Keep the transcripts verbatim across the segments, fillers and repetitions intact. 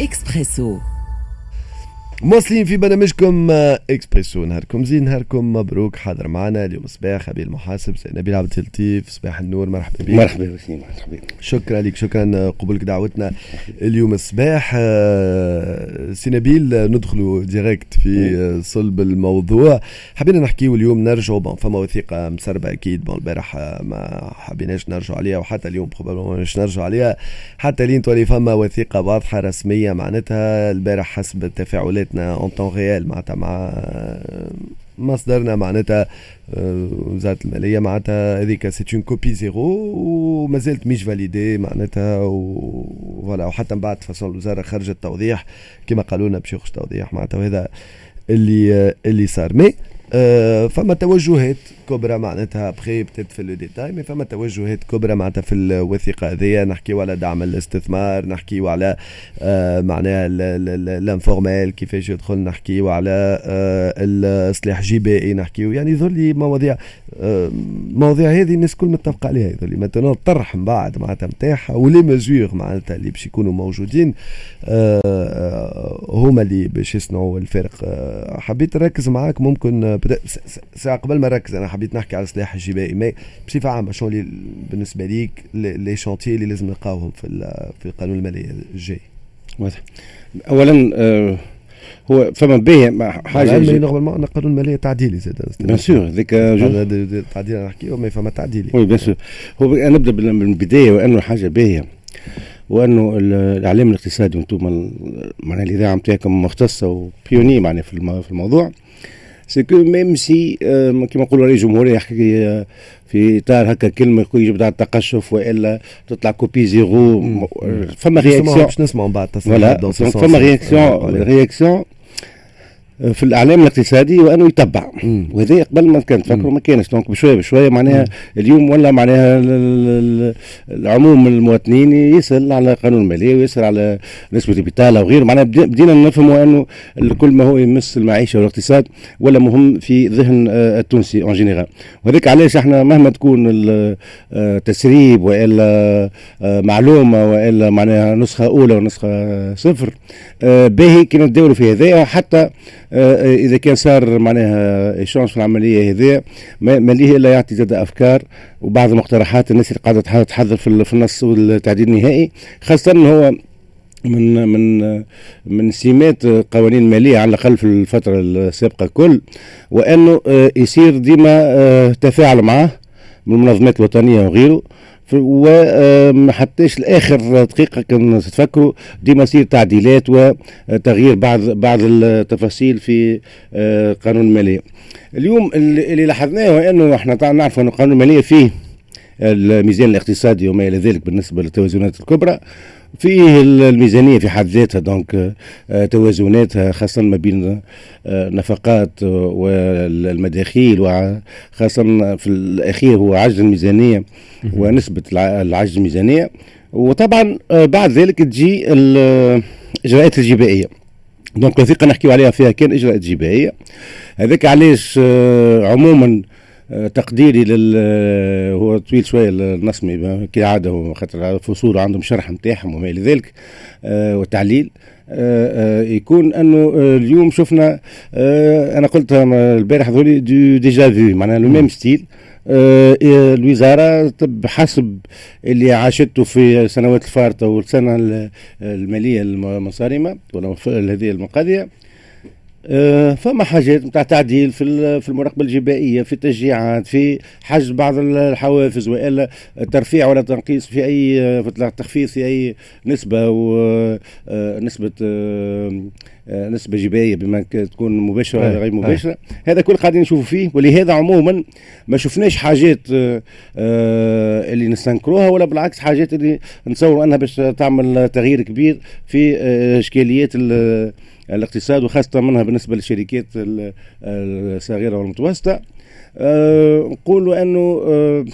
إكسبريسو. مواصلين في برنامجكم إكسبريسو. نهاركم زين، نهاركم مبروك. حاضر معنا اليوم صباح أبي المحاسب سي نبيل عبد اللطيف. صباح النور، مرحبا بك. مرحبا وسيم، مرحبا. شكرا لك، شكرا قبولك دعوتنا اليوم الصباح. سي نبيل، ندخلوا ديريكت في صلب الموضوع. حبينا نحكيو اليوم، نرجعوا بون فما وثيقة مسربة أكيد. بون البارح ما حبيناش نرجعوا عليها، وحتى اليوم بروبابلمون مش نرجعوا عليها حتى لين تولي فما وثيقة واضحة رسمية. معناتها البارح حسب التفاعلات اون طون ريال معناتها مع مصدرنا معناتها وزارة المالية، معناتها هذيك سي اون كوبي زيرو ومازالت مش فاليدي معناتها وفوالا. وحتى من بعد فصل الوزارة خرجت توضيح كما قالوا لنا باش يخرج توضيح معناتها، وهذا اللي اللي صار. مي أه فما توجهات كبرى معناتها بخي بتت في لو ديتاي، مي فما توجهات كبرى معناتها في الوثيقه هذيا. نحكيو على دعم الاستثمار، نحكيو على أه معناها الانفورمال كيفاش يدخل، نحكيو على أه الاصلاح جبائي، نحكيو يعني ذولي مواضيع. أه مواضيع هذه الناس كل متفق عليها. ذولي مثلا الطرح من بعد معناتها نتاعها ولي مزور معناتها اللي باش يكونوا موجودين أه هما اللي باش يصنعوا الفرق. أه حبيت نركز معاك ممكن ساعة قبل ما نركز أنا حبيت نحكي على السلاح الجبائي، ما بصفة عامة شو اللي بالنسبة ليك لي شانتيي اللي لازم نلقاوهم في في القانون المالي الجاي؟ واضح. أولا آه هو فما به حاجة نورمالمون القانون المالي تعديلي زاد بيان سور ذيك تعديل نحكيو، ما فما تعديلي. وي بيان سور. هو نبدأ من البداية، وأنه حاجة باهية، وأنه الإعلام الاقتصادي وأنتم معناها الإذاعة نتاعكم مختصة وبيوني معناها في الموضوع. سكو ميم سي كما نقولوا رئيس الجمهورية يحكي في اطار هكا كلمه يقول يجب تاع التقشف والا تطلع كوبي زيرو، فما رياكسيون باش نسمعوا بعد تصريحات. فما رياكسيون رياكسيون في الاعلام الاقتصادي وانه يتبع، وهذا قبل ما كان تفكروا ما كانش. دونك بشويه بشويه معناها اليوم ولا معناها العموم المواطنين يسال على قانون الماليه ويسال على نسبه البطاله وغيره. معناها بدينا نفهموا انه كل ما هو يمس المعيشه والاقتصاد ولا مهم في ذهن التونسي اون جينيرال. وهذاك علاش احنا مهما تكون التسريب والا معلومه والا معناها نسخه اولى ونسخه صفر باهي كي ندوروا في هذايا. حتى إذا كان صار معناها إيشانج في العملية هذه ما ليه إلا يعطي زاد أفكار وبعض المقترحات الناس اللي قاعدة تحضر في النص والتعديل النهائي، خاصة أنه هو من من من سمات قوانين المالية على الأقل في الفترة السابقة كل، وأنه يصير ديما تفاعل معه من المنظمات الوطنية وغيره، وحتىش الاخر دقيقه كان تفكروا ديما يصير تعديلات وتغيير بعض بعض التفاصيل في قانون الماليه. اليوم اللي لاحظناه هو انه احنا نعرف ان قانون الماليه فيه الميزان الاقتصادي وما الى ذلك بالنسبه للتوازنات الكبرى، فيه الميزانيه في حد ذاتها دونك توازناتها خاصه ما بين النفقات والمداخيل، وخاصه في الاخير هو عجز الميزانيه ونسبه العجز الميزانيه. وطبعا بعد ذلك تجي الاجراءات الجبائيه. دونك الوثيقه نحكيو عليها فيها كان اجراءات جبائيه. هذاك علاش عموما تقديري لل هو طويل شويه النصمي كالعاده، خاطر فصول عندهم شرح نتاعهم وما الى ذلك آه وتعليل. آه آه يكون انه آه اليوم شفنا آه انا قلتها البارح ذولي ديجا في معناها لو ميم ستيل. آه الوزاره بحسب اللي عاشته في سنوات الفارطه والسنه الماليه المنصرمه ولا هذه المقاضيه، أه فما حاجات نتاع تعديل في في المراقبه الجبائيه، في التشجيعات، في حجز بعض الحوافز والا ترفيع ولا تنقيص في اي في تخفيض في اي نسبه ونسبه أه نسبه جبائيه بما تكون مباشره ولا غير مباشره. أه. هذا كل قاعدين نشوفوا فيه، ولهذا عموما ما شفناش حاجات أه اللي نستنكروها، ولا بالعكس حاجات اللي نتصور انها باش تعمل تغيير كبير في اشكاليات الاقتصاد، وخاصة منها بالنسبة للشركات الصغيرة والمتوسطة. أه نقولوا أنه أه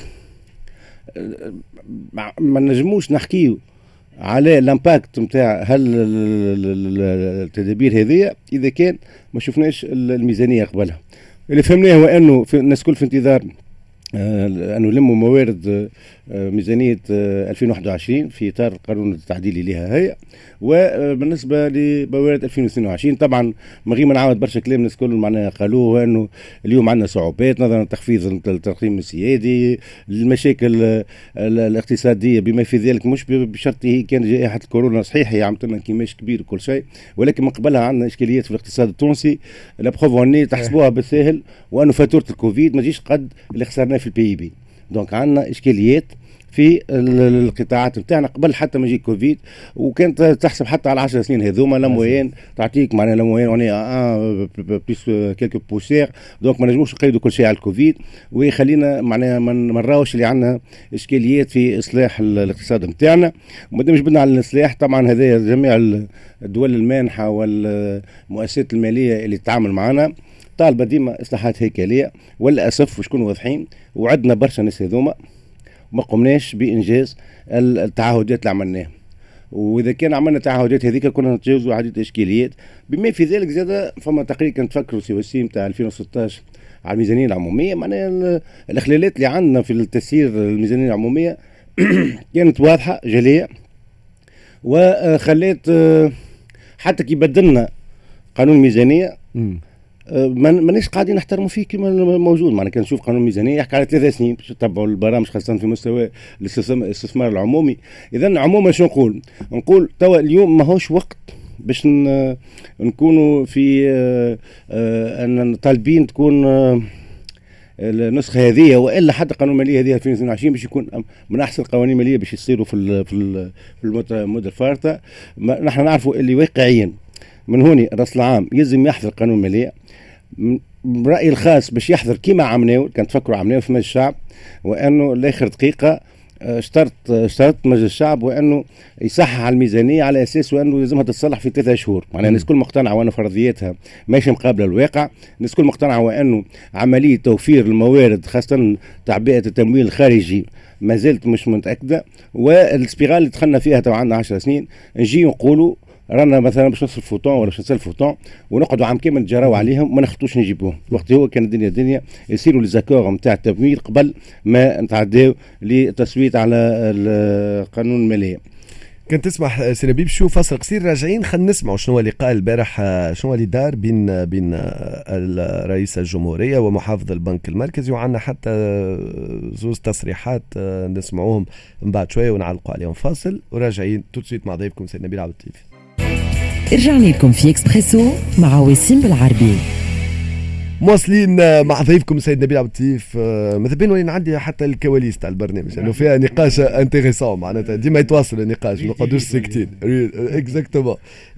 ما نجموش نحكيو على الامباكت نتاع هل التدابير هذه إذا كان ما شفناش الميزانية قبلها. اللي فهمناه هو أنه الناس كل في انتظار أن نلم موارد ميزانية ألفين وواحد وعشرين في إطار القانون التعديلي لها هي. وبالنسبة لموارد ألفين واثنين وعشرين طبعا ما غير ما نعاود برشا كلام الناس الكل معناها قالوه أنه اليوم عندنا صعوبات نظرا لتخفيض الترقيم السيادي، المشاكل الاقتصادية بما في ذلك مش بشرط هي كان جائحة الكورونا صحيح هي عملت لنا انكماش كبير وكل شيء، ولكن من قبلها عندنا إشكاليات في الاقتصاد التونسي لا بروف تحسبوها بالساهل، وأنه فاتورة الكوفيد ما تجيش قد اللي خسرناه في البي بي. دونك عندنا إشكاليات في القطاعات نتاعنا قبل حتى ما يجي كوفيد، وكانت تحسب حتى على عشر سنين هذوما لاموين تعطيك معناها لاموين اوني ان بليس كيلكو بوسير. دونك ما نجموش نقيدوا كل شيء على الكوفيد، ويخلينا معناها ما نراوش اللي عندنا اشكاليات في اصلاح الاقتصاد نتاعنا. وما دامش بدنا على الاصلاح طبعا هذا جميع الدول المانحه والمؤسسات الماليه اللي تتعامل معنا طالبه ديما اصلاحات هيكليه، وللاسف وشكون واضحين وعدنا برشا ناس هذوما ما قمناش بإنجاز التعهدات اللي عملناها. وإذا كان عملنا تعهدات هذيك كنا نتجاوزوا عديد إشكاليات، بما في ذلك زاد فما تقرير كان تفكروا سي وسيم تاع ألفين وستة عشر على الميزانية العمومية، معناها الإخلالات اللي عندنا في التسيير الميزانية العمومية كانت واضحة جلية، وخليت حتى كي بدلنا قانون الميزانية مانيش قاعدين نحترموا فيه كما موجود. معنا كان نشوف قانون الميزانيه يحكي على ثلاث سنين باش تتبعوا البرامج خاصه في مستوى الاستثمار العمومي. اذا عموما شو نقول؟ نقول توا اليوم ماهوش وقت باش نكونوا في ان طالبين تكون النسخه هذه، والا حتى قانون الماليه هذه ألفين واثنين وعشرين باش يكون من احسن القوانين الماليه باش يصيروا في في المده الفارطه. نحن نعرفوا اللي واقعيا من هوني راس العام يلزم يحضر قانون الماليه. برأيي الخاص باش يحضر كيما عملناه كان تفكروا عملناه في مجلس الشعب، وانه لاخر دقيقه اشترط اشترط مجلس الشعب وانه يصحح على الميزانيه على اساس وانه لازمها تتصلح في ثلاثة شهور. معناها الناس كل مقتنعه وان فرضياتها ماشي مقابله الواقع، الناس كل مقتنعه وانه عمليه توفير الموارد خاصه تعبئه التمويل الخارجي ما زالت مش متاكده. والسبيرال اللي دخلنا فيها تو عندنا عشر سنين نجي نقولوا رانا مثلا باش نصرف فوتون ولا باش نسال فوتون ونقعدوا عام كامل نتجراو عليهم ما نخطوش نجيبوهم. وقت هو كان الدنيا الدنيا يصيروا ليزاكور نتاع التمويل قبل ما نتعداو للتصويت على القانون الماليه. كنت تسمح سنبيب شو فصل قصير راجعين خلينا نسمعوا شنو اللي قال البارح، شنو اللي دار بين بين رئيس الجمهوريه ومحافظ البنك المركزي، وعندنا حتى زوز تصريحات نسمعوهم من بعد شويه ونعلقوا عليهم. فاصل وراجعين توتسويت مع ضيفكم سيد نبيل عبد اللطيف. رجعنا لكم في اكسبريسو مع وسيم بالعربي. مواصلين مع ضيفكم سيد نبيل عبد اللطيف. ماذا بين ولي نعدي حتى الكواليس تاع البرنامج لانه يعني فيها نقاش انتريسون، معناتها ديما يتواصل النقاش ما نقعدوش ساكتين. اكزاكتومون.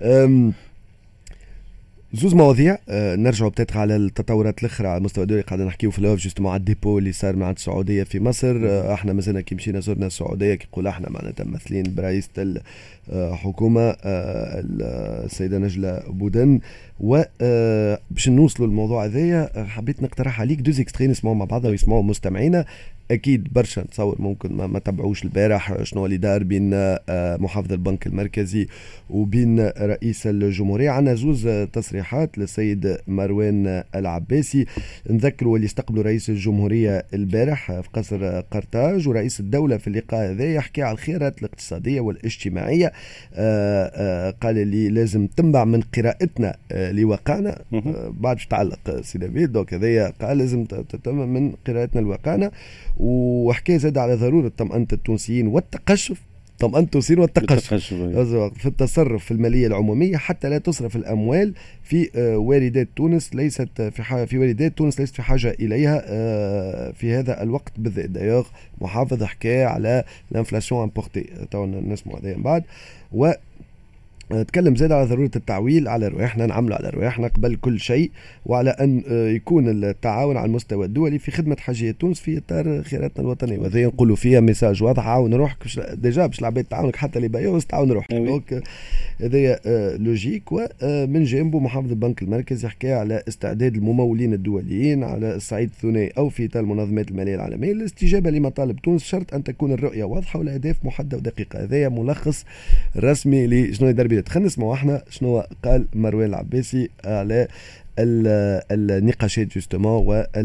زوز مواضيع أه نرجعوا بتاتر على التطورات الاخرى على المستوى الدولي. قاعدين نحكيو في الاوف جوستومون على الديبو اللي صار مع السعوديه في مصر. أه احنا مازلنا كي مشينا زرنا السعوديه كي يقول احنا معناتها ممثلين برئيسه الحكومه أه السيده نجله بودن. و أه باش نوصلوا للموضوع هذايا حبيت نقترح عليك دوز اكستري نسمعوا مع بعضنا ويسمعوا مستمعينا. اكيد برشا نتصور ممكن ما, ما تبعوش البارح شنو اللي دار بين محافظ البنك المركزي وبين رئيس الجمهوريه. عندنا زوز تصريحات للسيد مروان العباسي. نذكروا اللي استقبلوا رئيس الجمهوريه البارح في قصر قرطاج، ورئيس الدوله في اللقاء هذا يحكي على الخيارات الاقتصاديه والاجتماعيه. آآ آآ قال اللي لازم تنبع من قراءتنا لواقعنا. بعد باش تعلق سي نبيل دونك هذايا قال لازم تتم من قراءتنا لواقعنا. وحكى زاد على ضرورة طمأنة التونسيين والتقشف طمأنة التونسيين والتقشف في التصرف في المالية العمومية حتى لا تصرف الأموال في واردات تونس ليست في حاجة في واردات تونس ليست في حاجة إليها في هذا الوقت بالذات. دايوغ محافظ حكى على الانفلاسيون امبورتي تو نسمع هذا من بعد. و تكلم زاد على ضرورة التعويل على رواحنا، نعمله على رواحنا قبل كل شيء، وعلى أن يكون التعاون على المستوى الدولي في خدمة حاجية تونس في إطار خياراتنا الوطنية. وهذا نقولوا فيها ميساج واضح، عاون روحك ديجا باش العباد تعاونك حتى اللي بايعوز تعاون روحك. دونك هذايا لوجيك. ومن جانبه محافظ البنك المركزي يحكي على استعداد الممولين الدوليين على الصعيد الثنائي أو في إطار المنظمات المالية العالمية الاستجابة لمطالب تونس، شرط أن تكون الرؤية واضحة والأهداف محددة ودقيقة. هذايا ملخص رسمي لشنو يدار بلاد. خلينا نسمعوا احنا شنو قال مروان العباسي على النقاشات جوستومون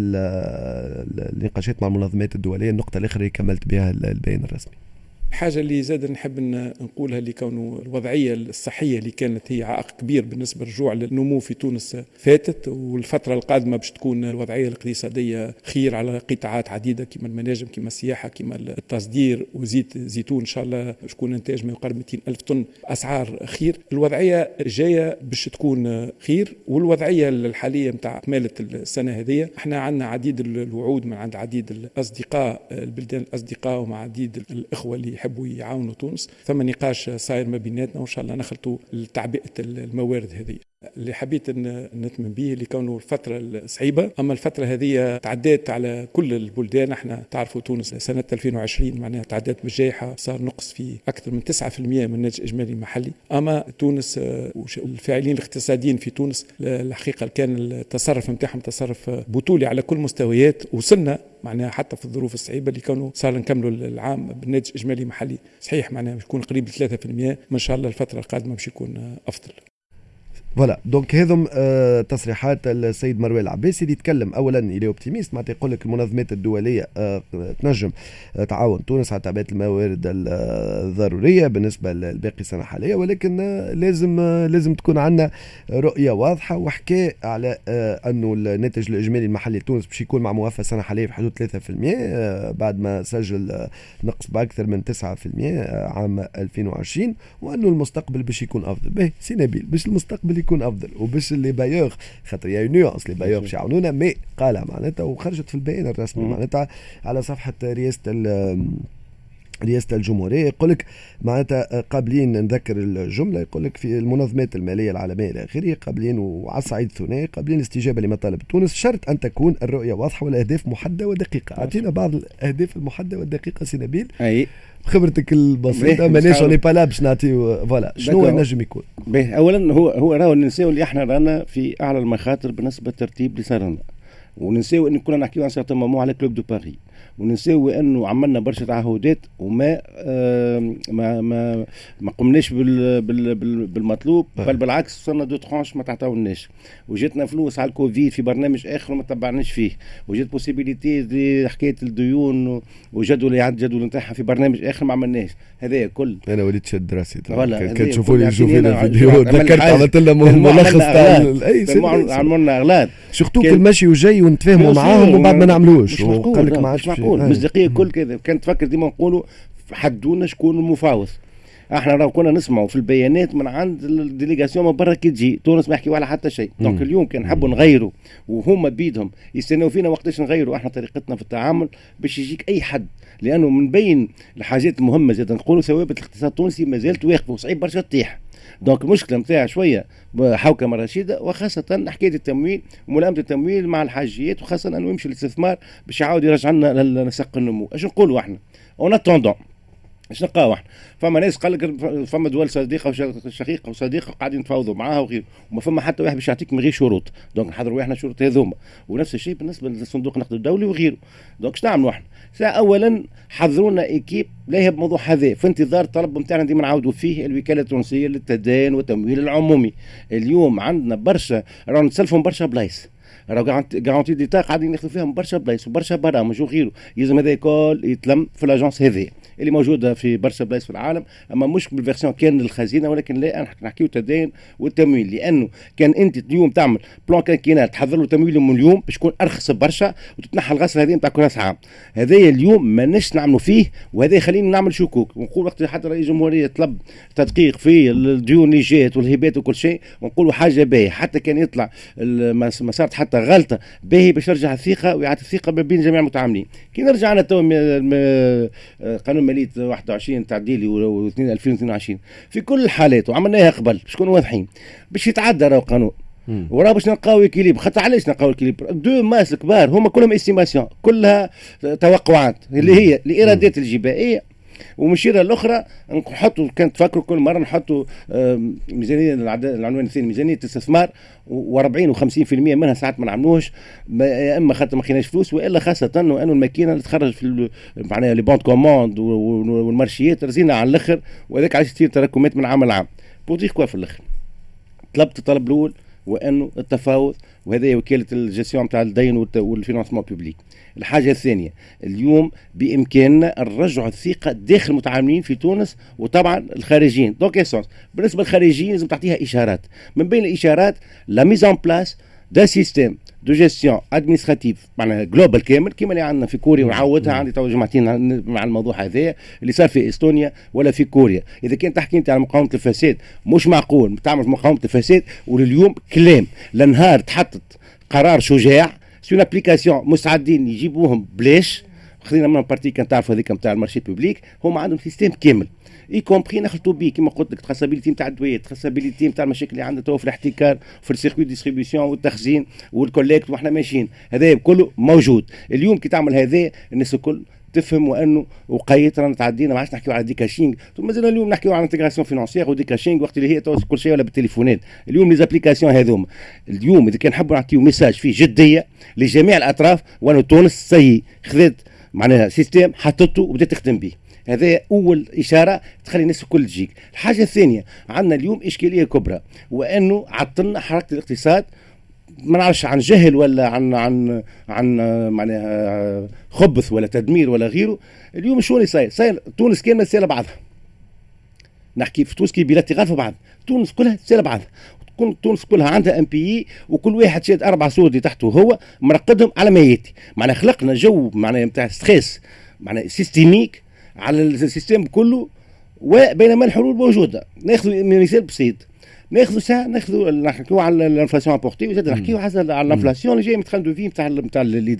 والنقاشات مع المنظمات الدوليه. النقطه الاخرى اللي كملت بها البيان الرسمي. الحاجة اللي زاد نحب نقولها اللي كونه الوضعية الصحية اللي كانت هي عائق كبير بالنسبة للرجوع للنمو في تونس فاتت، والفترة القادمة باش تكون الوضعية الاقتصادية خير على قطاعات عديدة كما المناجم كما السياحة كما التصدير وزيت زيتون إن شاء الله باش تكون إنتاج ما يقارب مئتين ألف طن أسعار خير. الوضعية جاية باش تكون خير، والوضعية الحالية متاع كمالة السنة هذه احنا عندنا عديد الوعود من عند عديد الأصدقاء البلدان الأصدقاء ومع عديد الإخوة اللي يحبوا يعاونوا تونس. ثم نقاش صاير ما بيناتنا وإن شاء الله نخلطوا لتعبئة الموارد هذه. اللي حبيت نتمم به اللي كانوا الفترة الصعيبة، أما الفترة هذه تعدات على كل البلدان. احنا تعرفوا تونس سنة ألفين وعشرين معناها تعدات بالجائحة، صار نقص في أكثر من تسعة بالمئة من الناتج الإجمالي المحلي. أما تونس والفاعلين الاقتصاديين في تونس الحقيقة كان التصرف متاعهم تصرف بطولي على كل مستويات. وصلنا معناها حتى في الظروف الصعيبة اللي كانوا صار نكملوا العام بالناتج الإجمالي المحلي صحيح معناها بيكون قريب ل ثلاثة بالمئة، ما شاء الله الفترة القادمة باش يكون أفضل. فوالا دونك هذم آه تصريحات السيد مروان العباسي اللي يتكلم اولا الى اوبتيميست معناتها يقول لك المنظمات الدوليه آه تنجم آه تعاون تونس على تعبئه الموارد الضروريه بالنسبه لباقي السنه الحاليه، ولكن آه لازم آه لازم تكون عندنا رؤيه واضحه. وحكى على آه انه الناتج الاجمالي المحلي لتونس باش يكون مع موافقه السنه الحاليه في حدود ثلاثة بالمئة آه بعد ما سجل آه نقص باكثر من تسعة بالمئة آه عام ألفين وعشرين، وانه المستقبل باش يكون افضل. باهي سي نبيل باش المستقبل يكون افضل وباش اللي بايور خاطر يا نيونس اللي بايور باش يعاونونا مي قالها معناتها وخرجت في البيان الرسمي معناتها على صفحه رئاسه رئاسة الجمهورية. يقول لك معناتها قابلين نذكر الجملة، يقول لك في المنظمات المالية العالمية إلى آخره قابلين وعلى الصعيد الثنائي قابلين الاستجابة لمطالب تونس، شرط أن تكون الرؤية واضحة والأهداف محددة ودقيقة. أعطينا بعض الأهداف المحددة والدقيقة سي نبيل. أي خبرتك البسيطة ماناش اوني با لا باش نعطيو فوالا شنو ينجم يكون. باهي أولا هو هو راهو ننساو اللي احنا رانا في أعلى المخاطر بالنسبة للترتيب اللي صار لنا، وننساو أن كنا نحكيو عن سيغتان مومون على كلوب دو باري، وننساو انه عملنا برشا تعهدات وما آه ما ما ما قمناش بال بال بال بالمطلوب، بل بالعكس وصلنا دو ترانش ما تعطاوناش، وجاتنا فلوس على الكوفيد في برنامج اخر وما تبعناش فيه، وجات بوسيبيليتي دي حكايه الديون وجدول يعد جدول نتاعها في برنامج اخر ما عملناش. هذا كل انا وليت شد راسي كان تشوفوا لي شوفوا لي الفيديو ذكرت عملت لهم ملخص تاع اي عملنا اغلاط سورتو كل ماشي وجاي ونتفاهموا معاهم ومن بعد ما نعملوش وقال لك ما عادش معقول. المصداقيه كل كذا كانت تفكر ديما نقولوا حدونا شكون المفاوض. احنا راه كنا نسمعوا في البيانات من عند الديليغاسيون من برا كي تجي تونس ما يحكيوا على حتى شيء. دونك اليوم كان نحبوا نغيروا وهما بيدهم يستناو فينا وقتاش نغيروا احنا طريقتنا في التعامل باش يجيك اي حد، لانه من بين الحاجات المهمه زاد نقولوا ثوابت الاقتصاد التونسي ما زالت واقفه وصعيب برشا تطيح. دونك المشكله نتاعها شويه حوكمه رشيده، وخاصه حكايه التمويل وملائمه التمويل مع الحاجيات، وخاصه انه يمشي الاستثمار باش يعاود يرجع لنا لنسق النمو. اش نقولوا احنا؟ اون اتوندون اش نلقاو احنا؟ فما ناس قال لك فما دول صديقه وشقيقه وصديقه قاعدين نتفاوضوا معاها وغيره، وما فما حتى واحد باش يعطيك من غير شروط. دونك نحضروا احنا شروط هذوما، ونفس الشيء بالنسبه للصندوق النقد الدولي وغيره. دونك اش نعملوا احنا؟ ساعه اولا حضرونا ايكيب لاهي بموضوع هذا في انتظار الطلب نتاعنا ديما نعاودوا فيه الوكاله التونسيه للتدين والتمويل العمومي. اليوم عندنا برشا راهو نتسلفوا برشا بلايص، راهو غارونتي ديتا قاعدين ناخذوا فيهم برشا بلايص وبرشا برامج وغيره، يلزم هذا الكل يتلم في لاجونس هذه اللي موجوده في برشا بلايص في العالم، اما مش بالفيرسيون كان للخزينه، ولكن لا نحكيو التدين والتمويل. لانه كان انت اليوم تعمل بلان كانكينال تحضر له تمويل من اليوم باش يكون ارخص برشا وتتنحى الغسل هذه نتاع كل راس عام. هذايا اليوم ماناش نعملوا فيه، وهذا يخلينا نعمل شكوك ونقول وقت حتى رئيس الجمهوريه طلب تدقيق في الديون اللي جات والهبات وكل شيء، ونقولوا حاجه باهيه حتى كان يطلع ما صارت حتى غلطه باهي باش يرجع الثقه ويعطي الثقه ما بين جميع المتعاملين. كي نرجع انا تو قانون ماليه واحد وعشرين تعديلي واثنين ألفين واثنين وعشرين في كل الحالات وعملناها قبل باش نكونوا واضحين باش يتعدى راهو قانون وراه باش نلقاو اكيليبر. خاطر علاش نلقاو اكيليبر؟ دو ماس كبار هما كلهم استيماسيون، كلها توقعات اللي هي الايرادات الجبائيه ومشيره الاخرى نحطوا. كانت تفكروا كل مره نحطوا ميزانيه العنوان الثاني ميزانيه استثمار و40 و50% منها ساعات ما نعملوش، يا اما خاطر ما خيناش فلوس والا خاصه انه الماكينه اللي تخرج في معناها لي بوند كوموند والمارشيات رزينا على الاخر، وهذاك علاش تصير تراكمات من عام لعام. بوديك كوا في الاخر طلبت الطلب الاول وانه التفاوض، وهذا وكاله الجيستيون نتاع الدين والفينانسمون بوبليك. الحاجه الثانيه، اليوم بامكاننا الرجع الثقه داخل المتعاملين في تونس وطبعا الخارجيين. دونك اسونس بالنسبه للخارجيين لازم تعطيها اشارات، من بين الاشارات لا ميز ان بلاس دا سيستيم دو جيستيون ادمنستراتيف معناها جلوبال كامل كما اللي عندنا في كوريا، ونعودها عندي تو جمعتين مع الموضوع هذا اللي صار في استونيا ولا في كوريا. اذا كان تحكي انت على مقاومه الفساد، مش معقول تعمل مقاومه الفساد ولليوم كلام. لنهار تحطت قرار شجاع سون ابليكاسيون مستعدين يجيبوهم بلاش، خلينا من بارتي كان تعرف هذيك نتاع المارشي بوبليك، هم عندهم سيستيم كامل اي كومبري نخلطوا بيه كما قلت لك تراسابيليتي نتاع الدويات، تراسابيليتي نتاع المشاكل اللي عندنا تو في الاحتكار في السيركوي ديستريبيسيون والتخزين والكوليكت وحنا ماشيين، هذا كله موجود. اليوم كي تعمل هذا الناس الكل تفهم وانه وقيت رانا تعدينا، ما عادش نحكيو على ديكاشينغ، مازال اليوم نحكيو على انتغراسيون فينانسيير وديكاشينغ وقت اللي هي كل شيء ولا بالتليفونات. اليوم لي زابليكاسيون هذوما اليوم اذا كان نحبوا نعطيو ميساج فيه جديه لجميع الاطراف، وانه تونس سي خذت معناها سيستيم حطته وبدات تخدم به. هذا اول اشاره تخلي الناس الكل تجيك. الحاجه الثانيه، عندنا اليوم اشكاليه كبرى وانه عطلنا حركه الاقتصاد، ما نعرفش عن جهل ولا عن عن عن معناها خبث ولا تدمير ولا غيره. اليوم شو اللي صاير؟ صاير تونس كامله تسال بعضها. نحكي في تونس كي بيلاتيغال في بعض، تونس كلها تسال بعضها، تونس كلها عندها ام بي، وكل واحد شاد اربع سودي تحته هو مرقدهم على ما ياتي. معناها خلقنا جو معناها نتاع ستريس معناها سيستيميك على السيستم كله، وبينما الحلول موجوده. ناخذ مثال بسيط، ناخذ ساعه ناخذ نحكيو على الانفلاسيون امبورتي، وزاد نحكيو على الانفلاسيون اللي جايه من تخان دو في نتاع نتاع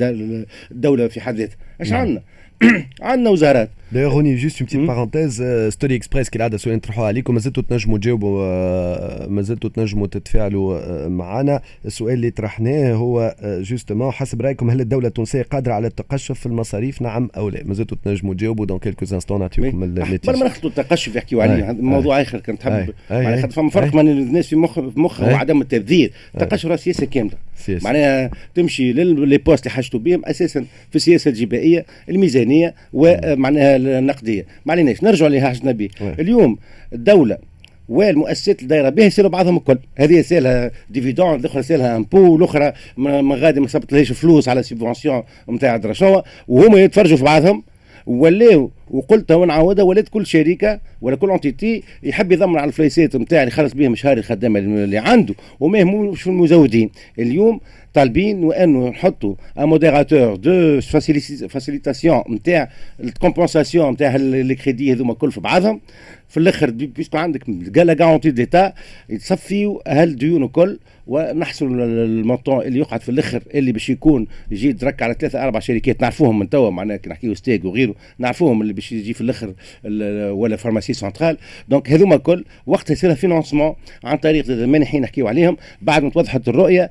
الدوله في حد ذاتها. اش عندنا؟ عندنا وزارات. D'ailleurs, Ronny, juste une petite parenthèse, ستوري اكسبريس كي العاده سؤال نطرحوها عليكم، مازلتوا تنجموا تجاوبوا، مازلتوا تنجموا تتفاعلوا معنا. السؤال اللي طرحناه هو جوستومون حسب رايكم هل الدوله التونسيه قادره على التقشف في المصاريف نعم او لا؟ مازلتوا تنجموا تجاوبوا دون كيلكوز انستون نعطيكم النتيجه. ما ناخذوا التقشف يحكيوا عليه، موضوع اخر كنت حاب معناها فما فرق بين الناس في مخ في مخ وعدم التبذير. التقشف راه سياسه كامله، معناها تمشي للي بوست اللي حاجتوا بهم اساسا في السياسه الجبائيه الميزانيه ومعناها النقديه. ما عليناش نرجعوا اللي حاجتنا به. اليوم الدوله والمؤسسات اللي دايره بها يسالوا بعضهم الكل، هذه يسالها ديفيدون، الاخرى يسالها امبو، الاخرى من غادي ما صبت فلوس على سيبونسيون نتاع درشوه، وهما يتفرجوا في بعضهم ولاو. وقلتها ونعاودها، ولات كل شركه ولا كل انتيتي يحب يضمن على الفليسات نتاع اللي خلص بهم شهر الخدامه اللي عنده وما يهموش في المزودين. اليوم طالبين وانه نحطوا ان موديراتور دو فاسيليتاسيون نتاع الكومبونساسيون نتاع لي كريدي هذوما كل في بعضهم. في الاخر بيسكو عندك لا غارونتي ديتا يتصفيوا هالديون الكل، ونحصلوا المونطون اللي يقعد في الاخر اللي باش يكون يجي يترك على ثلاثه اربع شركات نعرفوهم من توا، معناها كي نحكيو ستيك وغيره نعرفوهم اللي باش يجي في الاخر ولا فارماسي سنترال. دونك هذوما كل وقتها يصير فينانسمون عن طريق المانحين نحكيو عليهم بعد ما توضحت الرؤيه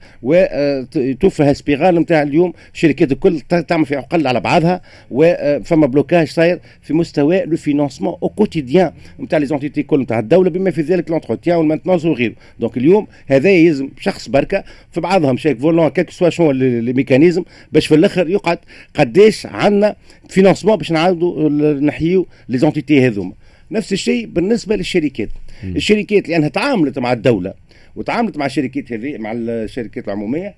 وتوفى سبيرال نتاع اليوم الشركات الكل تعمل في عقل على بعضها، وفما بلوكاج صاير في مستوى لو فينانسمون او كوتيديان نتاع لي زونتيتي كل نتاع الدوله بما في ذلك لونتروتيان والمانتنونس وغيره. دونك اليوم هذا يلزم شخص بركه في بعضهم شيك فولون كيك سوا شو لي ميكانيزم باش في الاخر يقعد قداش عندنا فينانسمون باش نعاودوا نحيوا لي زونتيتي هذوما. نفس الشيء بالنسبه للشركات، الشركات لانها تعاملت مع الدوله وتعاملت مع الشركات هذه مع الشركات العموميه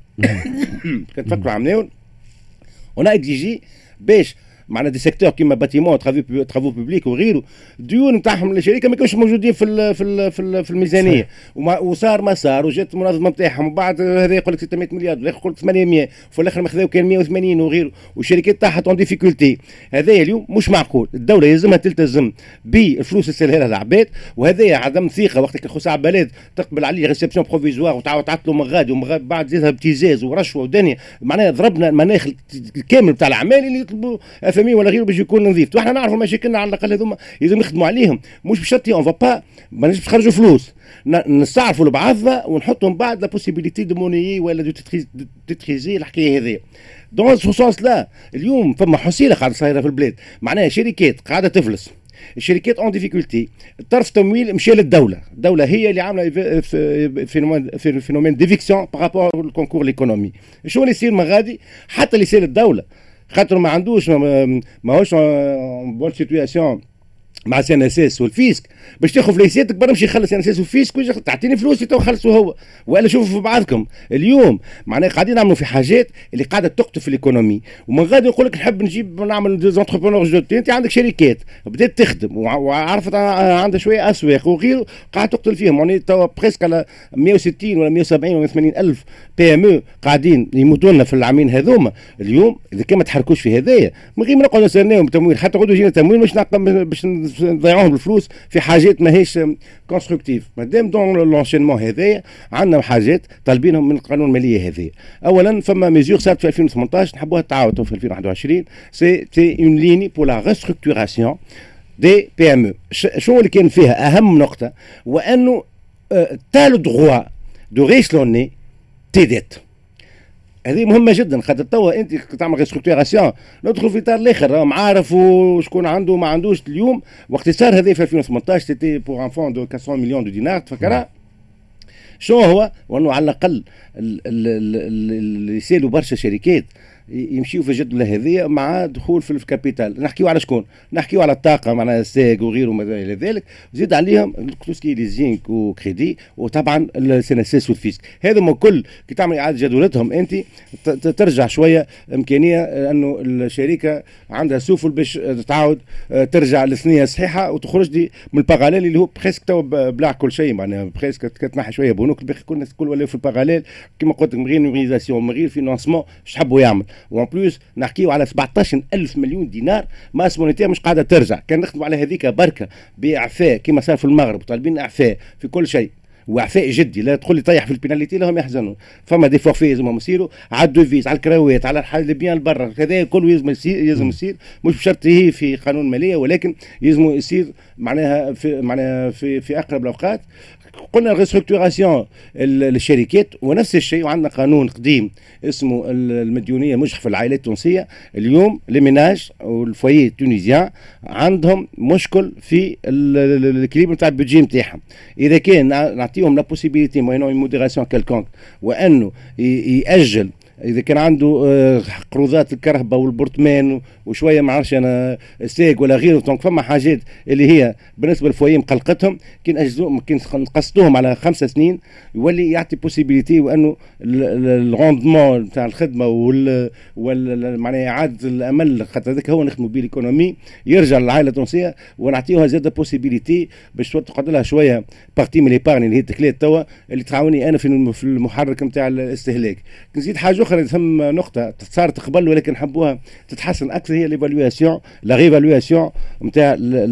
كنت فكروا عملوا هنا اكزيجي باش معنا دي سيكتور كيما باتيمون ترافو بوبليك وغيره ديون نتاعهم للشركه ما كانوش موجودين في ال في ال في, ال في الميزانيه، وصار ما صار وجات المنظمه نتاعهم وبعد هذا يقول لك ستمائة مليار ولا يقول لك ثمانمائة وفي الاخر ما خذاو كان مائة وثمانين وغيره والشركات تاعها اون ديفيكولتي. هذا اليوم مش معقول، الدوله يلزمها تلتزم بالفلوس اللي سالها لها العباد، وهذا عدم ثقه وقت الخصاع بلاد تقبل عليه ريسبسيون بروفيزوار وتعاود تعطلوا من غادي ومن بعد زادها ابتزاز ورشوه ودنيا، معناها ضربنا المناخ الكامل بتاع الاعمال اللي يطلبوا فامي ولا غيره باش يكون نظيف. واحنا نعرفوا مشاكلنا على الاقل هذوما لازم نخدموا عليهم، مش بشرط اون فا با ما نجمش نخرجوا فلوس نستعرفوا لبعضنا ونحطوا من بعد لا بوسيبيليتي دو مونيي ولا دو تتريزي الحكايه هذه. دون سو سونس لا اليوم فما حصيله قاعده صايره في البلاد، معناها شركات قاعده تفلس، الشركات اون ديفيكولتي، طرف تمويل مشى للدوله، الدوله هي اللي عامله فينومين فينومين ديفيكسيون بارابور للكونكور ليكونومي. شو اللي يصير ما غادي حتى اللي يصير الدوله خاطر ما عندوش ماهوش بون سيتوياسيون مع سي ان اس اس والفيسك، باش تاخذ فليساتك برا مشي يخلص انا سياسو فيسك تعطيني فلوسي تو خلصوا هو ولا شوفوا في بعضكم. اليوم معناها قاعدين نعملوا في حاجات اللي قاعده تقتل في الايكونومي، ومن غادي نقول لك نحب نجيب نعمل دي زونتربرونور جدد. انت عندك شركات بدات تخدم وعرفت عندها شويه اسواق وغيره قاعد تقتل فيهم، يعني توا بريسك على مئة وستين ولا مئة وسبعين ولا وثمانين الف بي ام او قاعدين يموتوا لنا في العامين هذوما. اليوم اذا كان ما تحركوش في هذايا من غير ما نقعدوا نستناوهم بتمويل، حتى نقعدوا يجينا تمويل مش باش نضيعوهم الفلوس في حاجات ماهيش كونستركتيف. مادام دون لونشينمون هذايا عندنا حاجات طالبينهم من القانون الماليه هذايا. اولا فما ميزور صارت في ألفين وثمانطاش نحبوها تعاود في ألفين وواحد وعشرين، سي سي اون ليني بور لا ريستركتوراسيون دي بي ام او. شنو اللي كان فيها اهم نقطه؟ وانه تا لو دروا دو ريسلوني تي ديت. هذه مهمه جدا، خاطر توا انت تعمل ريستركتوراسيون ندخل في اطار الاخر معارف وشكون عنده ما عندوش. اليوم وقت صار هذا في ألفين وثمانطاش سيتي بور ان فون دو أربعمئة مليون دو دينار تفكرها. شنو هو؟ وانه على الاقل اللي يسالوا برشا شركات يمشيوا في الجدول هذه مع دخول في الكابيتال. نحكيوا على شكون؟ نحكيوا على الطاقه معناها الساق وغيره وما الى ذلك، زيد عليهم توسكي ليزينك وكريدي وطبعا السيناسيس والفيسك. هذوما كل كي تعمل اعاده جدولتهم انت ترجع شويه امكانيه انه الشركه عندها سفل باش تعاود ترجع للثنيه صحيحه وتخرج دي من الباراليل اللي هو بريسك تو بلع كل شيء معناها بريسك تنحي شويه بنوك الباقي كل الناس الكل ولاو في الباراليل كما قلت لك من غير نوريزاسيون من غير فينانسمون اش حبوا يعمل. وان بلوس نحكيو على سبعطاش ألف مليون دينار ماس مونيتير مش قاعده ترجع. كان نخدموا على هذيك بركه باعفاء كما صار في المغرب طالبين اعفاء في كل شيء واعفاء جدي، لا تقول لي طيح في البيناليتي لهم يحزنون. فما دي فورفي لازم يصيروا على الدوفيز على الكراوات على الحاجه بيان برا هذا كله لازم يصير لازم يصير مش بشرط هي في قانون الماليه ولكن لازم يصير معناها في معناها في في اقرب الاوقات. قلنا الريستركتوراسيون للشركات ونفس الشيء، وعندنا قانون قديم اسمه المديونيه مجحف في العائلات التونسيه. اليوم الميناج والفويي التونسيان عندهم مشكل في الكليب نتاع البيدجي نتاعهم. اذا كان نعطيهم لا بوسيبيليتي موينون موديراسيون كالكونك وانه ياجل اذا كان عنده قروضات الكرهبه والبرطمان وشويه ما عرفش انا ساق ولا غيره، دونك فما حاجات اللي هي بالنسبه للفويي مقلقتهم كي اجزوهم كي نقسطوهم على خمسة سنين يولي يعطي بوسيبيليتي وانه الروندمون نتاع الخدمه وال وال معناها اعاده الامل خاطر هذاك هو نخدموا به الايكونومي يرجع للعائله التونسيه ونعطيوها زاده بوسيبيليتي باش تقعد لها شويه بارتي من ليبارني اللي هي التكلات توا اللي تعاوني انا في المحرك نتاع الاستهلاك. نزيد حاجه اخرى ثم نقطه صارت قبل ولكن حبوها تتحسن اكثر هي ليفالواسيون لا ريفالواسيون نتاع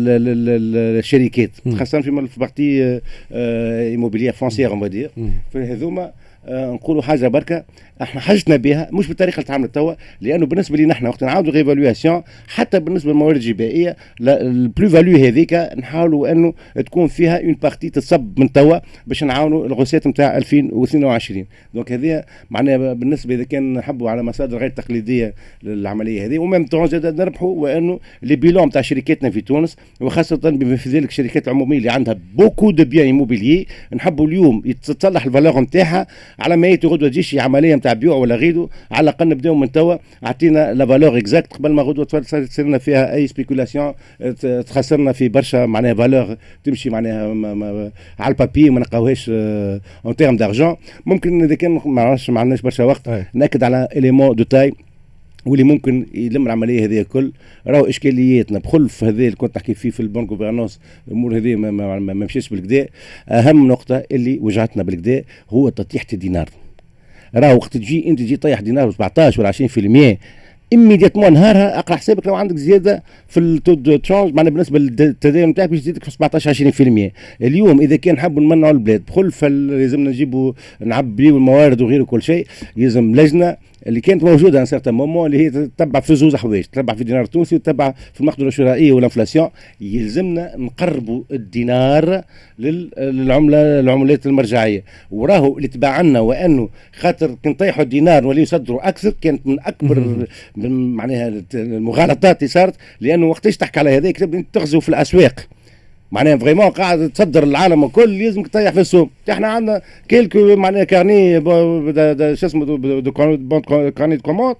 الشركات خاصه في بارتي ايموبيليير فونسيير اون فادير. في هذوما نقولوا حاجه بركه احنا حاجتنا بها مش بالطريقه اللي تعملت توا، لانه بالنسبه لنا احنا وقت نعاودوا ريفالواسيون حتى بالنسبه للموارد الجبائيه البلو فاليو هذيك نحاولوا انه تكون فيها اون بارتي تصب من توا باش نعاونوا الغوسيات نتاع ألفين واثنين وعشرين. دونك هذه معناها بالنسبه اذا كان نحبوا على مصادر غير تقليديه للعمليه هذه وميم طون زاد نربحوا وانه لي بيلون نتاع شركاتنا في تونس وخاصه بما في ذلك الشركات العموميه اللي عندها بوكو دو بيان ايموبيليي نحبوا اليوم يتصلح الفالور نتاعها على ما غدوه تجيش عمليه نتاع بيوع ولا غيره. على الاقل نبداو من توا اعطينا لا فالور اكزاكت قبل ما غدوه تصير لنا فيها اي سبيكولاسيون تخسرنا في برشا معناها فالور تمشي معناها ما ما على البابي ما نلقاوهاش اون تيرم دارجون. ممكن اذا كان ما عرفش ما عندناش برشا وقت ناكد على اليمون دو تاي واللي ممكن يلم العمليه هذه الكل. راهو اشكالياتنا بخلف هذه اللي كنت نحكي فيه في البون غوفرنونس الامور هذه ما, ما, ما, ما مشيش بالكدا. اهم نقطه اللي وجعتنا بالكدا هو تطيحه الدينار. راهو وقت تجي انت تجي طيح دينار سبعطاش ولا عشرين بالمئة اميديتمون نهارها اقرا حسابك لو عندك زياده في التود تشونج معناها بالنسبه للتداول نتاعك باش يزيدك في سبعطاش عشرين بالمئة. اليوم اذا كان نحبوا نمنعوا البلاد بخلف لازمنا نجيبوا نعبيوا الموارد وغيره كل شيء يلزم لجنه اللي كانت موجوده ان سيرتان مومون اللي هي تتبع في زوز حوايج تتبع في الدينار التونسي وتتبع في المقدره الشرائيه والانفلاسيون. يلزمنا نقربوا الدينار للعمله العملات المرجعيه وراهو اللي تبع عنا وانه خاطر كي نطيحوا الدينار نوليو يصدروا اكثر كانت من اكبر من معناها المغالطات اللي صارت. لانه وقتاش تحكي على هذاك تبدا تغزو في الاسواق معناها فريمون قاعد تصدر العالم الكل لازم تطيح في السوق. احنا عندنا كيلكو معناها كارني شو اسمه كارني دو كوموند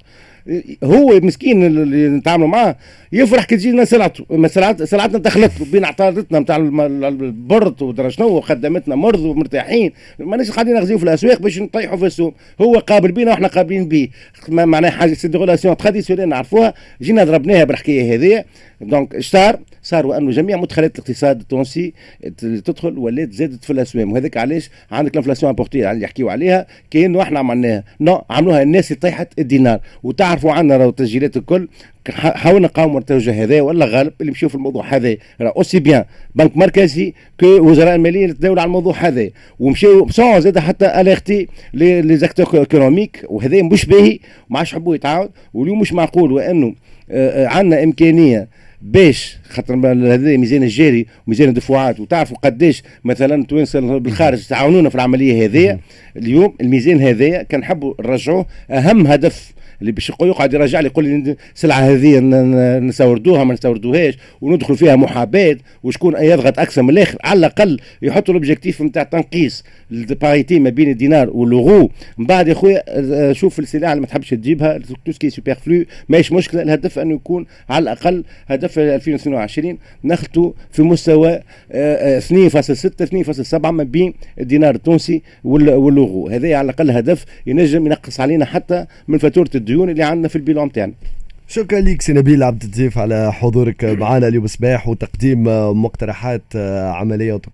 هو مسكين اللي نتعاملوا معاه يفرح كي تجينا سلعته، سلعتنا دخلت له بين عطارتنا نتاع البرد ودرا شنو وخدمتنا مرض ومرتاحين، ماناش قاعدين نغزيو في الاسواق باش نطيحوا في السوق. هو قابل بينا واحنا قابلين به، معناها حاجه سي دي ريلاسيون تراديسيونيل نعرفوها. جينا ضربناها بالحكايه هذه. دونك صار صار وانه جميع مدخلات الاقتصاد التونسي تدخل ولات زادت في الاسواق، وهذاك علاش عندك الانفلاسيون امبورتي اللي يحكيوا عليها كانه احنا عملناها. نو عملوها الناس اللي طيحت الدينار. وتعرفوا عندنا راهو التسجيلات الكل حاولنا نقاوموا التوجه هذا ولا غالب اللي مشيو في الموضوع هذا، راه اوسي بيان بنك مركزي كو وزراء الماليه اللي تداولوا على الموضوع هذا ومشيو سون زاد حتى اليرتي لي زاكتور ايكونوميك، وهذا مش باهي وما عادش حبوا يتعاود. واليوم مش معقول وانه عندنا امكانيه باش خاطر هذا ميزان الجاري وميزان الدفعات، وتعرفوا قداش مثلا توانسه بالخارج تعاونونا في العمليه هذه. اليوم الميزان هذايا كان نحبوا نرجعوه اهم هدف اللي باش يقعد يرجع لي يقول لي السلعه هذه نستوردوها ما نستوردوهاش وندخل فيها محاباه وشكون يضغط اكثر من الاخر. على الاقل يحطوا الاوبجيكتيف نتاع تنقيص الباريتي ما بين الدينار واللغو. من بعد يا خويا شوف السلع اللي ما تحبش تجيبها تو سكي سوبرفلو ماهيش مشكله. الهدف انه يكون على الاقل هدف ألفين واثنين وعشرين نخلطوا في مستوى اثنين فاصلة ستة اثنين فاصلة سبعة ما بين الدينار التونسي واللغو. هذا على الاقل هدف ينجم ينقص علينا حتى من فاتوره الديون اللي عندنا في البيلون تاعنا. شكرا لك سي نبيل عبد الضيف على حضورك معنا اليوم صباح وتقديم مقترحات عمليه